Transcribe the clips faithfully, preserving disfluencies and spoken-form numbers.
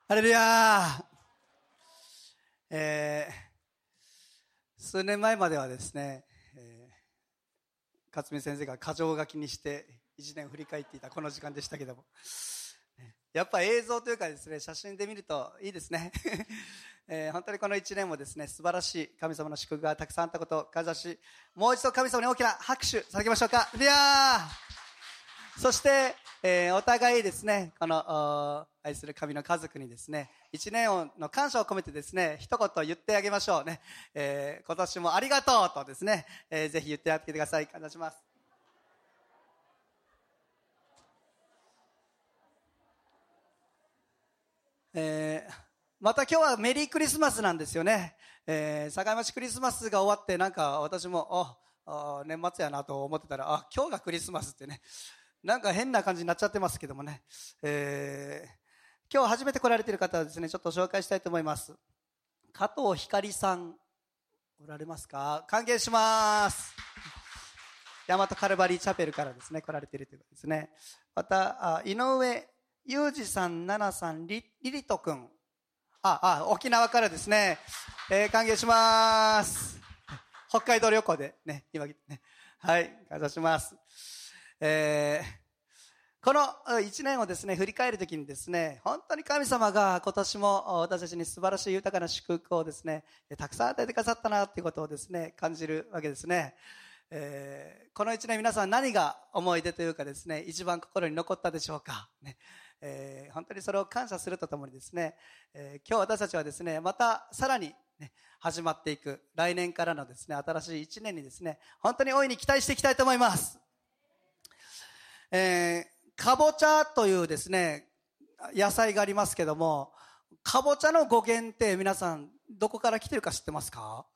ハレルヤー、えー、数年前まではですね、えー、勝美先生が箇条書きにして一年振り返っていたこの時間でしたけども、やっぱ映像というかですね、写真で見るといいですね、えー、本当にこの一年もですね、素晴らしい神様の祝福がたくさんあったことを感謝し、もう一度神様に大きな拍手捧げましょうか。ハレルヤー。そして、えー、お互いですね、この愛する神の家族にですね、一年の感謝を込めてですね、一言言ってあげましょうね。えー、今年もありがとうとですね、えー、ぜひ言ってあげてください。感謝します。えー、また今日はメリークリスマスなんですよね。えー、境町クリスマスが終わって、なんか私も、あ、年末やなと思ってたら、あ、今日がクリスマスってね、なんか変な感じになっちゃってますけどもね、えー、今日初めて来られている方はですね、ちょっと紹介したいと思います。加藤ひかりさん、おられますか？歓迎します。大和カルバリーチャペルからですね、来られているということですね。また、井上裕二さん、奈々さん、リリト君、あ、あ、沖縄からですね、えー、歓迎します。北海道旅行でね、今ね、はい、感謝します。えー、この一年をですね、振り返るときにですね、本当に神様が今年も私たちに素晴らしい豊かな祝福をですね、たくさん与えてくださったなということをですね、感じるわけですね。えー、この一年皆さん何が思い出というかですね、一番心に残ったでしょうか、ね。えー、本当にそれを感謝するとともにですね、えー、今日私たちはですね、またさらに、ね、始まっていく来年からのですね、新しい一年にですね、本当に大いに期待していきたいと思います。えー、かぼちゃというですね、野菜がありますけども、かぼちゃの語源って皆さんどこから来てるか知ってますか？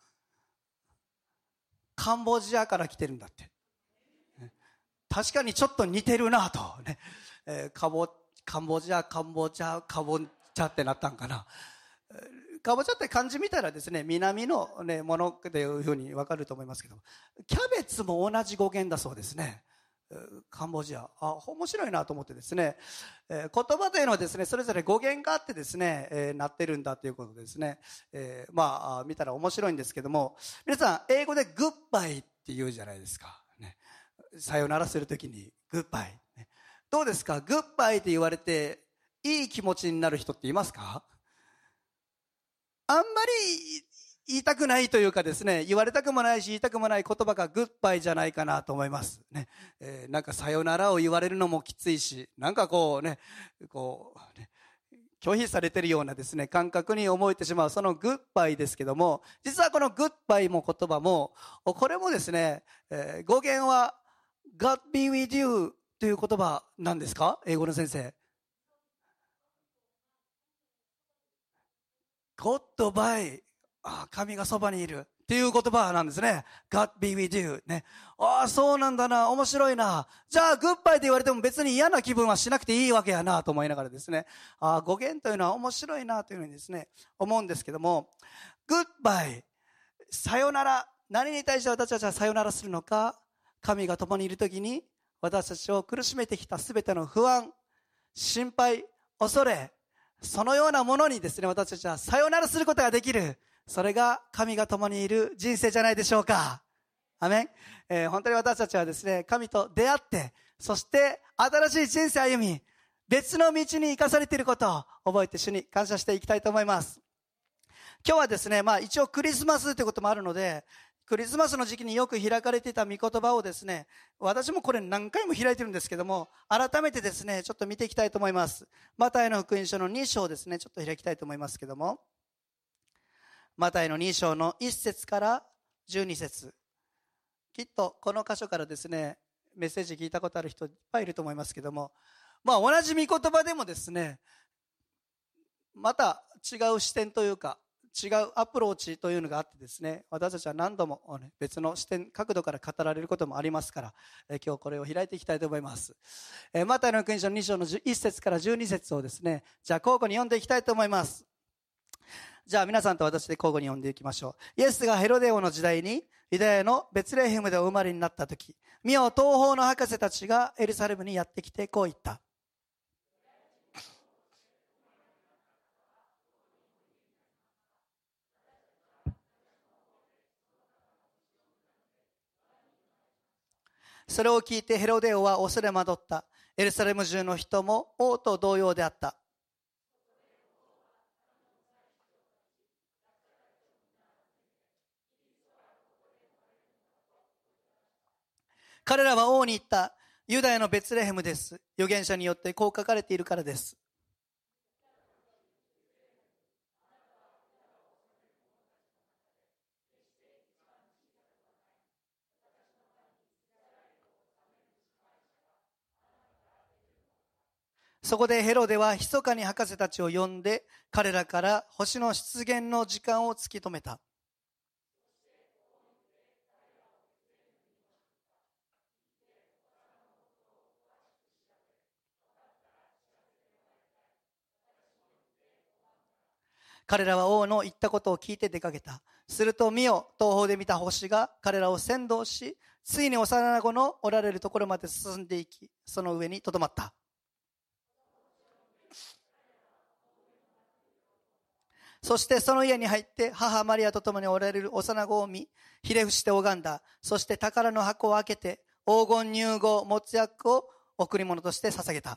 カンボジアから来てるんだって。確かにちょっと似てるなと、ね、えー、かぼカンボジア、カンボジア、かぼちゃってなったんかな。かぼちゃって漢字見たらですね、南の、ね、ものというふうに分かると思いますけど、キャベツも同じ語源だそうですね。カンボジア、あ、面白いなと思ってですね、えー、言葉というのはですね、それぞれ語源があってですね、えー、なってるんだということですね。えー、まあ見たら面白いんですけども、皆さん英語でグッバイって言うじゃないですか。ね、さよならするときにグッバイ、ね。どうですか？グッバイって言われていい気持ちになる人っていますか？あんまり言いたくないというかですね、言われたくもないし言いたくもない言葉がグッバイじゃないかなと思いますね。えー、なんかさよならを言われるのもきついし、なんかこうね、こうね、拒否されているようなですね、感覚に思えてしまうそのグッバイですけども、実はこのグッバイも言葉も、これもですね、えー、語源は God be with you という言葉なんですか？英語の先生。God by、あ、神がそばにいるっていう言葉なんですね。God be with you ね。ああ、そうなんだな、面白いな。じゃあグッバイって言われても別に嫌な気分はしなくていいわけやなと思いながらですね、ああ、語源というのは面白いなというふうにですね、思うんですけども、グッバイ、さよなら、何に対して私たちはさよならするのか。神が共にいるときに私たちを苦しめてきたすべての不安、心配、恐れ、そのようなものにですね、私たちはさよならすることができる。それが神が共にいる人生じゃないでしょうか。アメン。えー、本当に私たちはですね、神と出会って、そして新しい人生歩み、別の道に生かされていることを覚えて主に感謝していきたいと思います。今日はですね、まあ一応クリスマスということもあるので、クリスマスの時期によく開かれていた御言葉をですね、私もこれ何回も開いてるんですけども、改めてですね、ちょっと見ていきたいと思います。マタイの福音書のに章ですね、ちょっと開きたいと思いますけども、マタイのに章のいち節からじゅうに節、きっとこの箇所からですね、メッセージ聞いたことある人いっぱいいると思いますけども、まあ同じ御言葉でもですね、また違う視点というか、違うアプローチというのがあってですね、私たちは何度も、ね、別の視点角度から語られることもありますから、え今日これを開いていきたいと思います。えマタイの福音書のに章のいち節からじゅうに節をですね、じゃあ交互に読んでいきたいと思います。じゃあ皆さんと私で交互に読んでいきましょう。イエスがヘロデ王の時代にユダヤのベツレヘムでお生まれになった時、見よ、東方の博士たちがエルサレムにやってきてこう言った。 それを聞いてヘロデ王は恐れ惑った。エルサレム中の人も王と同様であった。彼らは王に言った。ユダヤのベツレヘムです。預言者によってこう書かれているからです。そこでヘロデは密かに博士たちを呼んで、彼らから星の出現の時間を突き止めた。彼らは王の言ったことを聞いて出かけた。すると見よ、東方で見た星が彼らを先導し、ついに幼子のおられるところまで進んでいき、その上にとどまった。そしてその家に入って母マリアと共におられる幼子を見、ひれ伏して拝んだ。そして宝の箱を開けて黄金乳香没薬を贈り物として捧げた。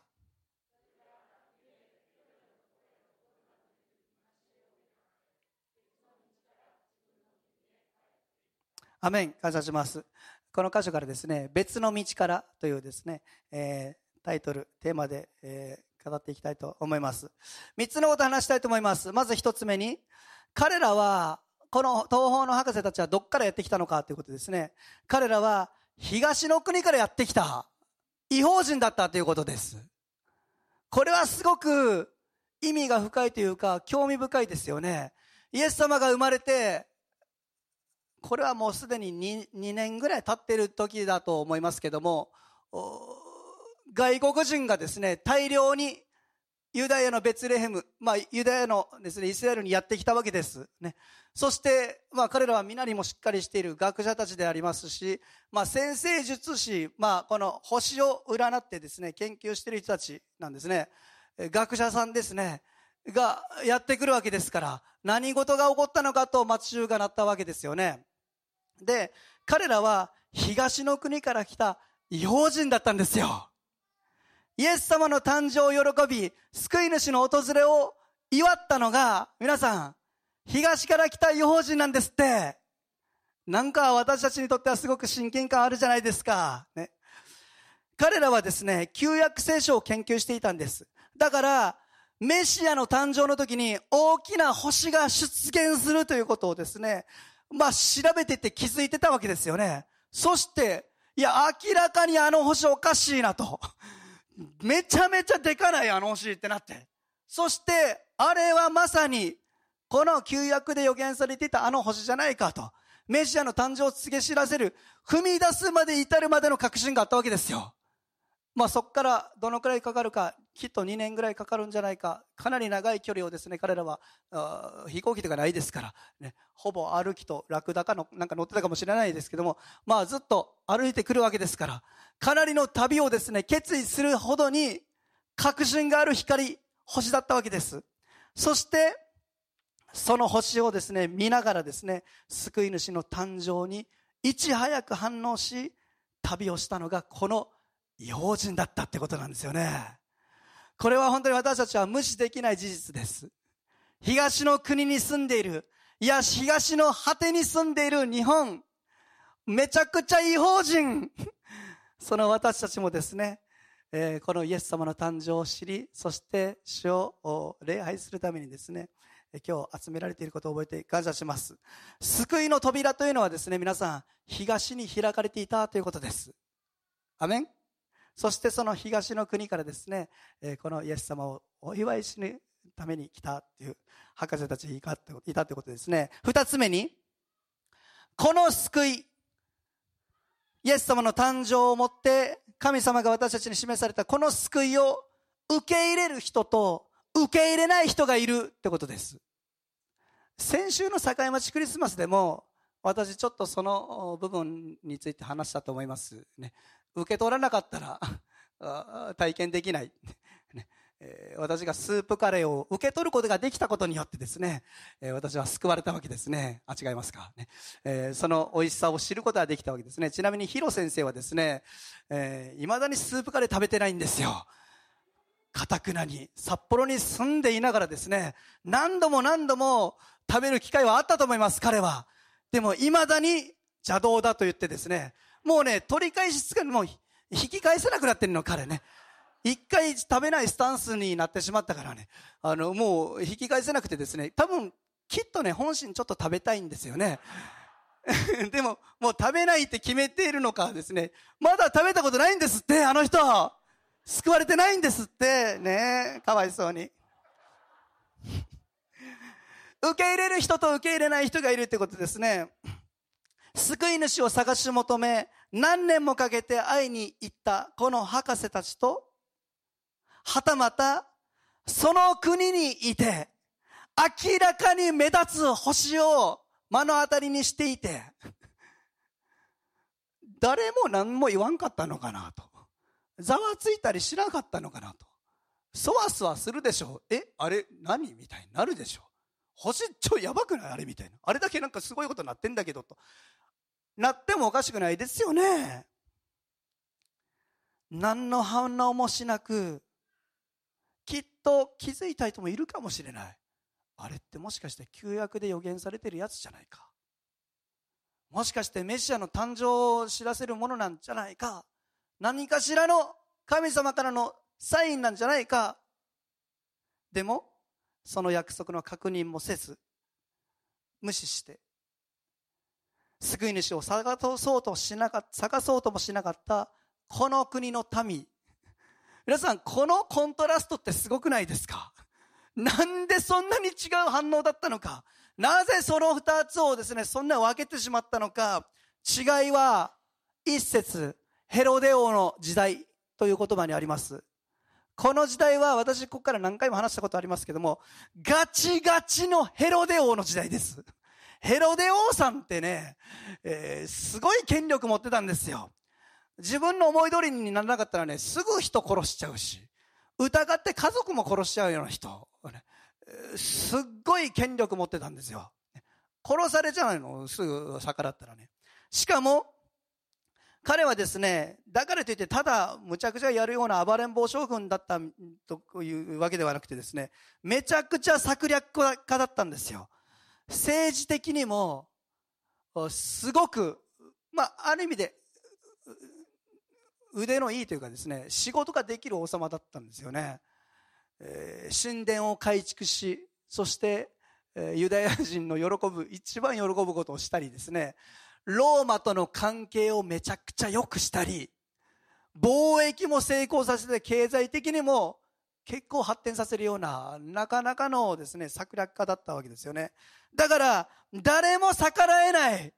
アメン。感謝します。この箇所からですね、別の道からというですね、えー、タイトルテーマで、えー語っていきたいと思います。三つのことを話したいと思います。まず一つ目に、彼らはこの東方の博士たちはどっからやってきたのかということですね。彼らは東の国からやってきた異邦人だったということです。これはすごく意味が深いというか興味深いですよね。イエス様が生まれて、これはもうすでに 2, 2年ぐらい経っている時だと思いますけども、外国人がですね、大量にユダヤのベツレヘム、まあ、ユダヤのですね、イスラエルにやってきたわけですね。そして、まあ、彼らは皆にもしっかりしている学者たちでありますし、まあ、占星術師、まあ、この星を占ってですね、研究している人たちなんですね。学者さんですね、がやってくるわけですから、何事が起こったのかと街中がなったわけですよね。で、彼らは東の国から来た異邦人だったんですよ。イエス様の誕生を喜び、救い主の訪れを祝ったのが、皆さん、東から来た異邦人なんですって。なんか私たちにとってはすごく親近感あるじゃないですか。ね、彼らはですね、旧約聖書を研究していたんです。だから、メシアの誕生の時に大きな星が出現するということをですね、まあ調べていて気づいてたわけですよね。そして、いや、明らかにあの星おかしいなと。めちゃめちゃでかないあの星ってなって、そしてあれはまさにこの旧約で予言されていたあの星じゃないかと、メシアの誕生を告げ知らせる、踏み出すまで至るまでの確信があったわけですよ。まあそこからどのくらいかかるか、きっとにねんぐらいかかるんじゃないか、かなり長い距離をですね、彼らは飛行機とかないですから、ね、ほぼ歩きとラクダかのなんか乗ってたかもしれないですけども、まあずっと歩いてくるわけですから、かなりの旅をですね、決意するほどに確信がある光、星だったわけです。そしてその星をですね、見ながらですね、救い主の誕生にいち早く反応し、旅をしたのがこの異邦人だったってことなんですよね。これは本当に私たちは無視できない事実です。東の国に住んでいる、いや東の果てに住んでいる日本、めちゃくちゃ異邦人その私たちもですね、えー、このイエス様の誕生を知り、そして主を礼拝するためにですね、今日集められていることを覚えて感謝します。救いの扉というのはですね、皆さん東に開かれていたということです。アメン。そしてその東の国からですね、このイエス様をお祝いするために来たっていう博士たちがいたということですね。二つ目に、この救い、イエス様の誕生をもって神様が私たちに示されたこの救いを受け入れる人と受け入れない人がいるってことです。先週の境町クリスマスでも私ちょっとその部分について話したと思いますね。受け取らなかったら体験できない、ねえー、私がスープカレーを受け取ることができたことによってですね、えー、私は救われたわけですね。あ、違いますかね、えー、その美味しさを知ることができたわけですね。ちなみにヒロ先生はですね、えー、未だにスープカレー食べてないんですよ。堅くなに札幌に住んでいながらですね、何度も何度も食べる機会はあったと思います、彼は。でも未だに邪道だと言ってですね、もうね、取り返しつかもう引き返せなくなってるの、彼ね。一回食べないスタンスになってしまったからね、あのもう引き返せなくてですね、多分きっとね、本心ちょっと食べたいんですよね。でももう食べないって決めているのかですね、まだ食べたことないんですって、あの人救われてないんですってね。かわいそうに。受け入れる人と受け入れない人がいるってことですね。救い主を探し求め、何年もかけて会いに行ったこの博士たちと、はたまたその国にいて明らかに目立つ星を目の当たりにしていて、誰も何も言わんかったのかなと、ざわついたりしなかったのかなと、そわそわするでしょう。え、あれ何みたいになるでしょう。星ちょやばくないあれみたいな、あれだけなんかすごいことになってんだけどとなってもおかしくないですよね。何の反応もしなく、きっと気づいた人もいるかもしれない。あれってもしかして旧約で予言されてるやつじゃないか、もしかしてメシアの誕生を知らせるものなんじゃないか、何かしらの神様からのサインなんじゃないか。でもその約束の確認もせず無視して、救い主を探そうとしなかった探そうともしなかったこの国の民、皆さんこのコントラストってすごくないですか。なんでそんなに違う反応だったのか、なぜその二つをですねそんな分けてしまったのか。違いは一節ヘロデ王の時代という言葉にあります。この時代は私ここから何回も話したことありますけども、ガチガチのヘロデ王の時代です。ヘロデ王さんってね、えー、すごい権力持ってたんですよ。自分の思い通りにならなかったらね、すぐ人殺しちゃうし、疑って家族も殺しちゃうような人、ね、すっごい権力持ってたんですよ。殺されちゃうの、すぐ逆らったらね。しかも彼はですね、だからといってただむちゃくちゃやるような暴れん坊将軍だったというわけではなくてですね、めちゃくちゃ策略家だったんですよ。政治的にもすごく、まあ、ある意味で腕のいいというかですね、仕事ができる王様だったんですよね。えー、神殿を改築し、そして、えー、ユダヤ人の喜ぶ一番喜ぶことをしたりですね、ローマとの関係をめちゃくちゃ良くしたり、貿易も成功させて経済的にも結構発展させるようななかなかのですね策略家だったわけですよね。だから誰も逆らえない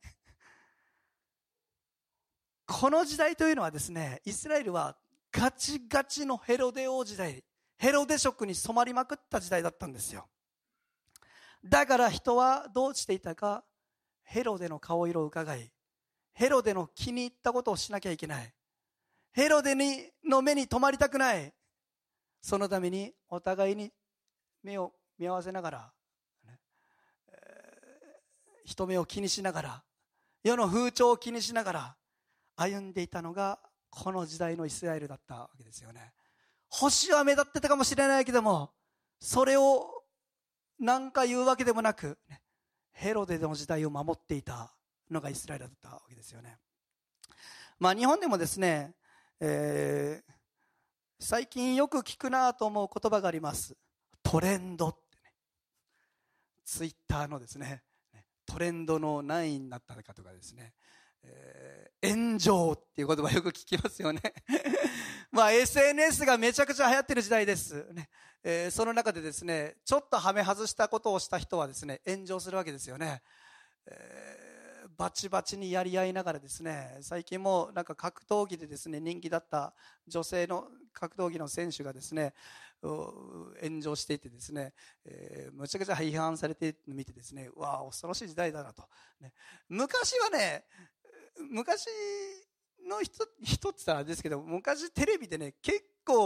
この時代というのはですね、イスラエルはガチガチのヘロデ王時代、ヘロデ色に染まりまくった時代だったんですよ。だから人はどうしていたか、ヘロデの顔色を伺い、ヘロデの気に入ったことをしなきゃいけない、ヘロデにの目に留まりたくない、そのためにお互いに目を見合わせながら、ねえー、人目を気にしながら、世の風潮を気にしながら歩んでいたのがこの時代のイスラエルだったわけですよね。星は目立ってたかもしれないけども、それを何か言うわけでもなく、ヘロデの時代を守っていたのがイスラエルだったわけですよね。まあ日本でもですね、えー、最近よく聞くなと思う言葉があります。トレンドってね。ツイッターのですね、トレンドの何位になったかとかですね、えー、炎上っていう言葉よく聞きますよね。まあ エスエヌエス がめちゃくちゃ流行ってる時代ですね。えー、その中でですね、ちょっとはめ外したことをした人はですね、炎上するわけですよね。えー、バチバチにやり合いながらですね、最近もなんか格闘技でですね、人気だった女性の格闘技の選手がですね、炎上していてですね、えー、むちゃくちゃ批判されているのを見てですね、うわあ恐ろしい時代だなと、ね、昔はね、昔の人、人って言ったらですけど、昔テレビでね、結構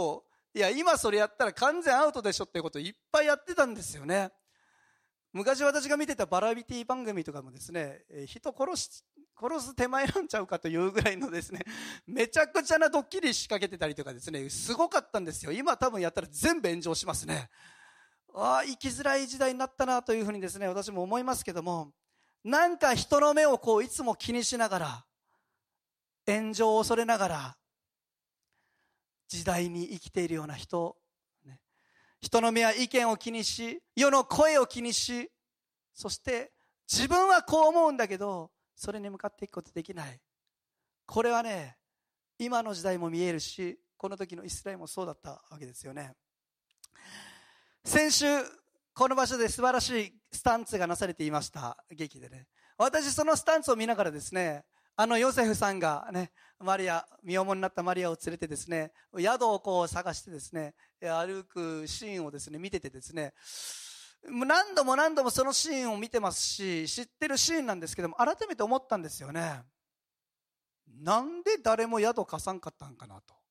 いや、今それやったら完全アウトでしょっていうことをいっぱいやってたんですよね。昔私が見てたバラエティ番組とかもですね、人殺し、殺す手前なんちゃうかというぐらいのですね、めちゃくちゃなドッキリ仕掛けてたりとかですね、すごかったんですよ。今多分やったら全部炎上しますね。ああ、生きづらい時代になったなというふうにですね、私も思いますけども、なんか人の目をこういつも気にしながら、炎上を恐れながら、時代に生きているような人、ね、人の目や意見を気にし、世の声を気にし、そして自分はこう思うんだけど、それに向かっていくことできない。これはね、今の時代も見えるし、この時のイスラエルもそうだったわけですよね。先週、この場所で素晴らしいスタンツがなされていました、劇でね。私そのスタンツを見ながらですね、あのヨセフさんがね、マリア、身重になったマリアを連れてですね、宿をこう探してですね、歩くシーンをですね、見ててですね、何度も何度もそのシーンを見てますし、知ってるシーンなんですけども、改めて思ったんですよね。なんで誰も宿貸さんかったんかなと。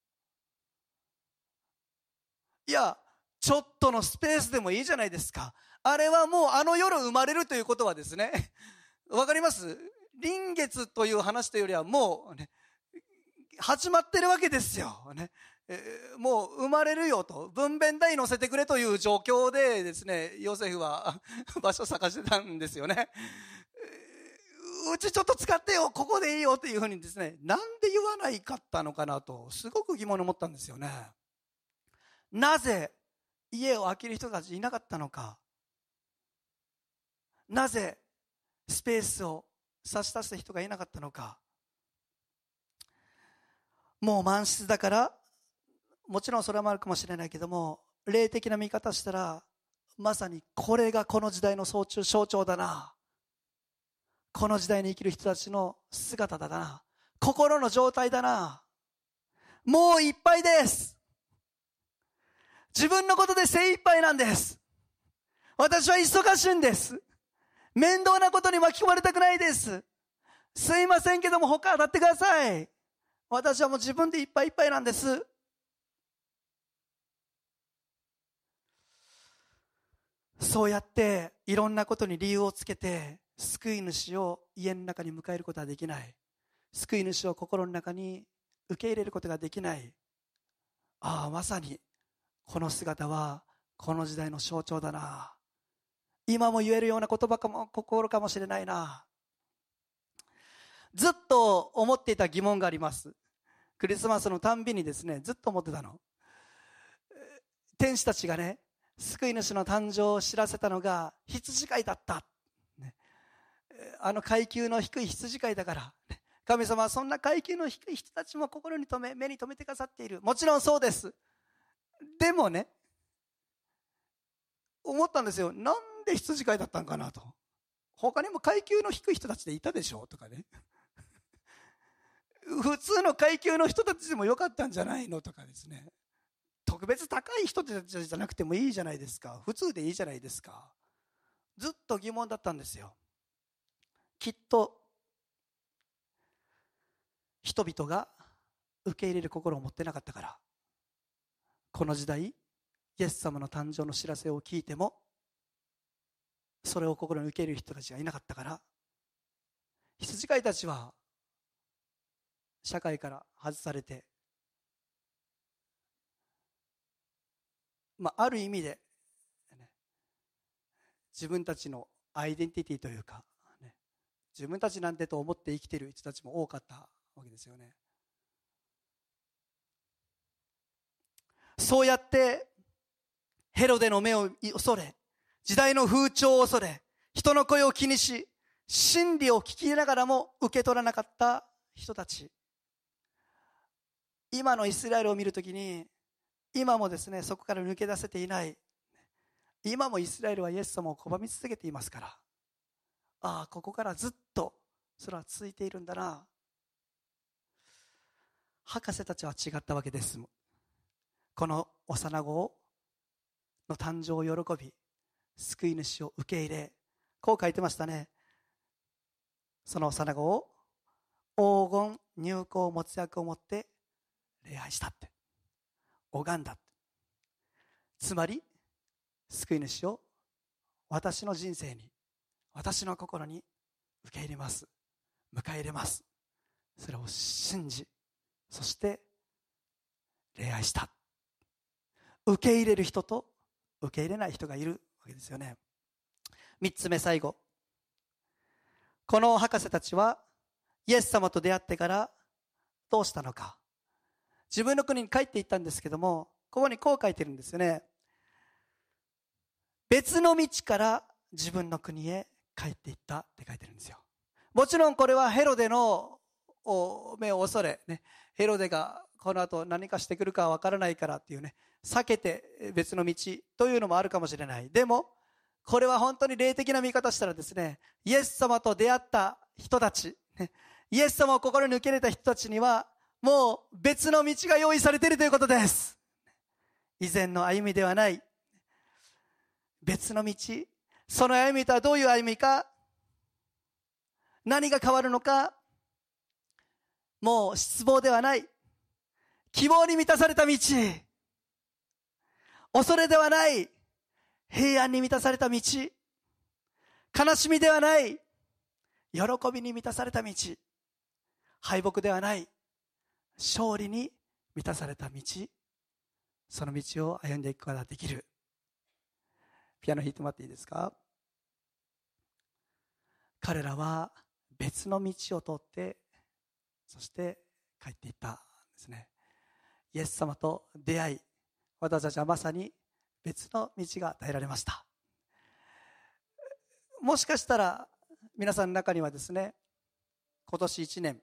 いや、ちょっとのスペースでもいいじゃないですか。あれはもうあの夜生まれるということはですね、わかります？臨月という話というよりはもう、ね、始まってるわけですよ、ね。えー、もう生まれるよと、分娩台乗せてくれという状況でですね、ヨセフは場所探してたんですよね。うちちょっと使ってよ、ここでいいよというふうにですね、なんで言わないかったのかなと、すごく疑問に思ったんですよね。なぜ家を空ける人たちいなかったのか。なぜスペースを差し出した人がいなかったのか。もう満室だから、もちろんそれもあるかもしれないけども、霊的な見方したら、まさにこれがこの時代の象徴だな。この時代に生きる人たちの姿だな。心の状態だな。もういっぱいです。自分のことで精一杯なんです。私は忙しいんです。面倒なことに巻き込まれたくないです。すいませんけども他当たってください。私はもう自分でいっぱいいっぱいなんです。そうやっていろんなことに理由をつけて救い主を家の中に迎えることはできない。救い主を心の中に受け入れることができない。ああ、まさにこの姿はこの時代の象徴だな。今も言えるような言葉かも心かもしれないな。ずっと思っていた疑問があります。クリスマスのたんびにですね、ずっと思ってたの。天使たちがね、救い主の誕生を知らせたのが羊飼いだった、ね、あの階級の低い羊飼いだから、ね、神様はそんな階級の低い人たちも心に留め、目に留めてくださっている。もちろんそうです。でもね、思ったんですよ。なんで羊飼いだったんかなと。他にも階級の低い人たちでいたでしょうとかね。普通の階級の人たちでもよかったんじゃないのとかですね。特別高い人たちじゃなくてもいいじゃないですか。普通でいいじゃないですか。ずっと疑問だったんですよ。きっと人々が受け入れる心を持ってなかったから、この時代イエス様の誕生の知らせを聞いてもそれを心に受け入れる人たちがいなかったから、羊飼いたちは社会から外されて、まあ、ある意味で、ね、自分たちのアイデンティティというか、ね、自分たちなんてと思って生きている人たちも多かったわけですよね。そうやってヘロデの目を恐れ、時代の風潮を恐れ、人の声を気にし、真理を聞きながらも受け取らなかった人たち。今のイスラエルを見るときに、今もですね、そこから抜け出せていない。今もイスラエルはイエス様を拒み続けていますから、ああ、ここからずっとそれは続いているんだな。博士たちは違ったわけです。この幼子の誕生を喜び、救い主を受け入れ、こう書いてましたね。その幼子を黄金入香没薬を持って礼拝したって、拝んだって。 つまり救い主を私の人生に、私の心に受け入れます、迎え入れます。それを信じ、そして礼拝した。受け入れる人と受け入れない人がいるわけですよね。三つ目、最後。この博士たちはイエス様と出会ってからどうしたのか。自分の国に帰っていったんですけども、ここにこう書いてるんですよね。別の道から自分の国へ帰っていったって書いてるんですよ。もちろんこれはヘロデの目を恐れ、ね、ヘロデがこの後何かしてくるかわからないからっていうね、避けて別の道というのもあるかもしれない。でもこれは本当に霊的な見方したらですね、イエス様と出会った人たち、ね、イエス様を心に受け入れた人たちにはもう別の道が用意されているということです。以前の歩みではない別の道。その歩みとはどういう歩みか、何が変わるのか、もう失望ではない希望に満たされた道、恐れではない平安に満たされた道、悲しみではない喜びに満たされた道、敗北ではない勝利に満たされた道、その道を歩んでいくことができる。ピアノ弾いてもらっていいですか。彼らは別の道を通って、そして帰っていったんですね。イエス様と出会い、私たちはまさに別の道が与えられました。もしかしたら皆さんの中にはですね、今年一年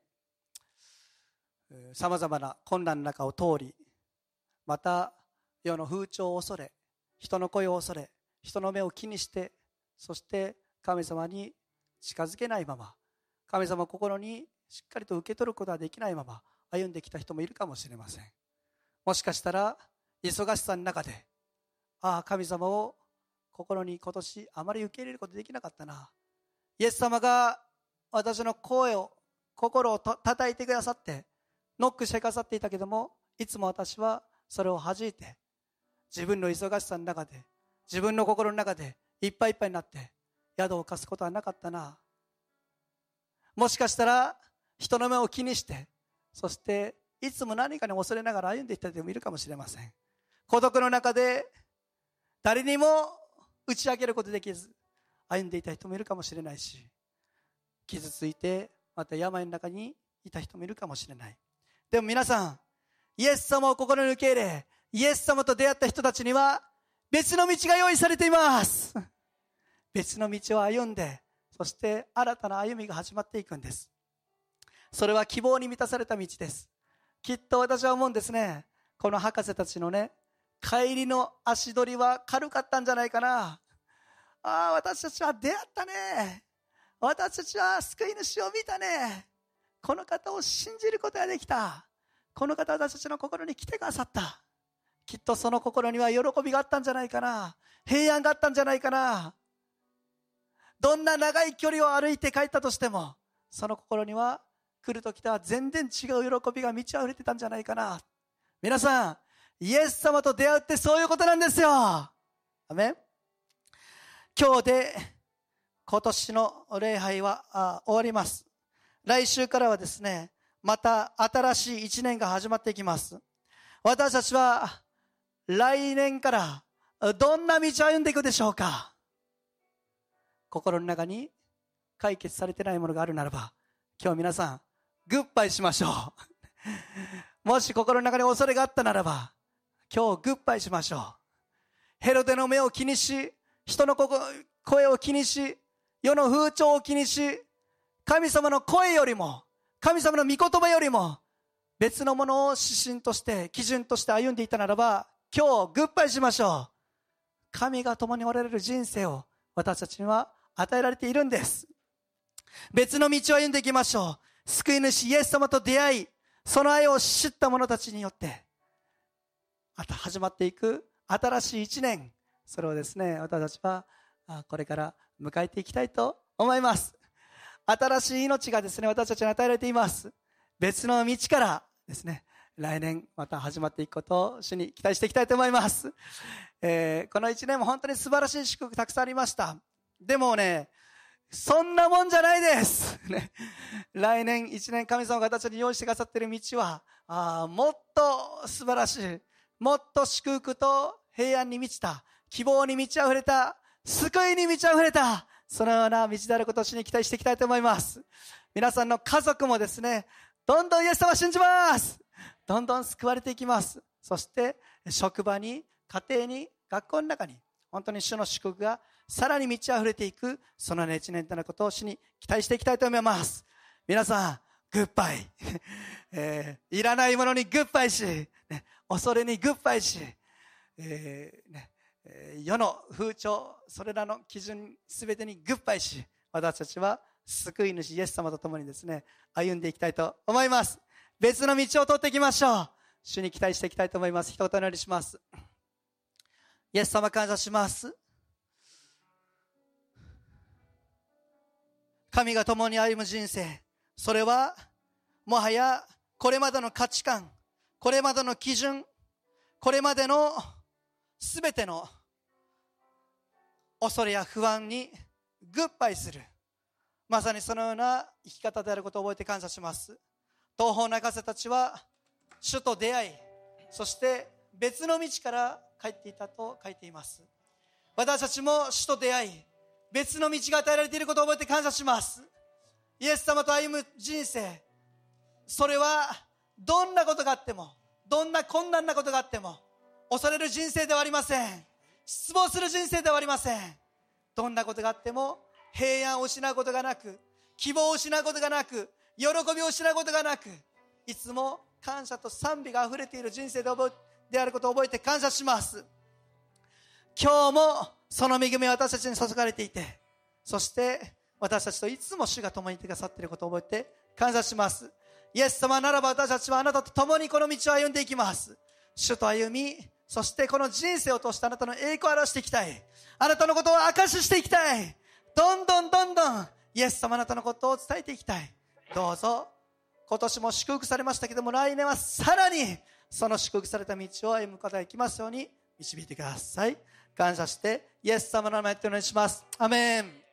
さまざまな困難の中を通り、また世の風潮を恐れ、人の声を恐れ、人の目を気にして、そして神様に近づけないまま、神様を心にしっかりと受け取ることができないまま歩んできた人もいるかもしれません。もしかしたら忙しさの中で、ああ神様を心に今年あまり受け入れることできなかったな、イエス様が私の声を心を叩いてくださってノックしてくださっていたけども、いつも私はそれを弾いて自分の忙しさの中で、自分の心の中でいっぱいいっぱいになって宿を貸すことはなかったな。もしかしたら人の目を気にして、そしていつも何かに恐れながら歩んでいった人もいるかもしれません。孤独の中で誰にも打ち明けることできず歩んでいた人もいるかもしれないし、傷ついてまた病の中にいた人もいるかもしれない。でも皆さん、イエス様を心に受け入れ、イエス様と出会った人たちには別の道が用意されています。別の道を歩んで、そして新たな歩みが始まっていくんです。それは希望に満たされた道です。きっと私は思うんですね、この博士たちのね、帰りの足取りは軽かったんじゃないかな。ああ、私たちは出会ったね、私たちは救い主を見たね、この方を信じることができた、この方は私たちの心に来てくださった。きっとその心には喜びがあったんじゃないかな、平安があったんじゃないかな。どんな長い距離を歩いて帰ったとしても、その心には来る時とは全然違う喜びが満ち溢れてたんじゃないかな。皆さん、イエス様と出会うってそういうことなんですよ。アメン。今日で今年の礼拝は終わります。来週からはですね、また新しい一年が始まっていきます。私たちは来年からどんな道を歩んでいくでしょうか。心の中に解決されてないものがあるならば、今日皆さんグッバイしましょう。もし心の中に恐れがあったならば、今日グッバイしましょう。ヘロデの目を気にし、人の声を気にし、世の風潮を気にし、神様の声よりも、神様の御言葉よりも別のものを指針として基準として歩んでいたならば、今日グッバイしましょう。神が共におられる人生を私たちには与えられているんです。別の道を歩んでいきましょう。救い主イエス様と出会い、その愛を知った者たちによって始まっていく新しい一年、それをですね、私たちはこれから迎えていきたいと思います。新しい命がですね、私たちに与えられています。別の道からですね、 来年また始まっていくことを主に期待していきたいと思います。えー、この一年も本当に素晴らしい祝福たくさんありました。でもね、そんなもんじゃないです。ね、来年一年神様が私たちに用意してくださっている道は、あもっと素晴らしい、もっと祝福と平安に満ちた、希望に満ち溢れた、救いに満ち溢れた、そのような道であることを主に期待していきたいと思います。皆さんの家族もですね、どんどんイエス様を信じます。どんどん救われていきます。そして職場に、家庭に、学校の中に本当に主の祝福がさらに満ち溢れていく、そのような一年となることを主に期待していきたいと思います。皆さんグッバイ、えー、いらないものにグッバイし、ね、恐れにグッバイし、えーねえー、世の風潮、それらの基準すべてにグッバイし、私たちは救い主イエス様と共にですね、歩んでいきたいと思います。別の道を通っていきましょう。主に期待していきたいと思います。一言お祈りします。イエス様感謝します。神が共に歩む人生、それはもはやこれまでの価値観、これまでの基準、これまでのすべての恐れや不安にグッバイする、まさにそのような生き方であることを覚えて感謝します。東方中瀬たちは主と出会い、そして別の道から帰っていたと書いています。私たちも主と出会い、別の道が与えられていることを覚えて感謝します。イエス様と歩む人生、それはどんなことがあっても、どんな困難なことがあっても恐れる人生ではありません。失望する人生ではありません。どんなことがあっても平安を失うことがなく、希望を失うことがなく、喜びを失うことがなく、いつも感謝と賛美があふれている人生であることを覚えて感謝します。今日もその恵みは私たちに注がれていて、そして私たちといつも主が共にいてくださっていることを覚えて感謝します。イエス様ならば私たちはあなたと共にこの道を歩んでいきます。主と歩み、そしてこの人生を通してあなたの栄光を表していきたい。あなたのことを証ししていきたい。どんどんどんどんイエス様あなたのことを伝えていきたい。どうぞ今年も祝福されましたけども、来年はさらにその祝福された道を歩むことができますように導いてください。感謝してイエス様の名前でお願いします。アメン。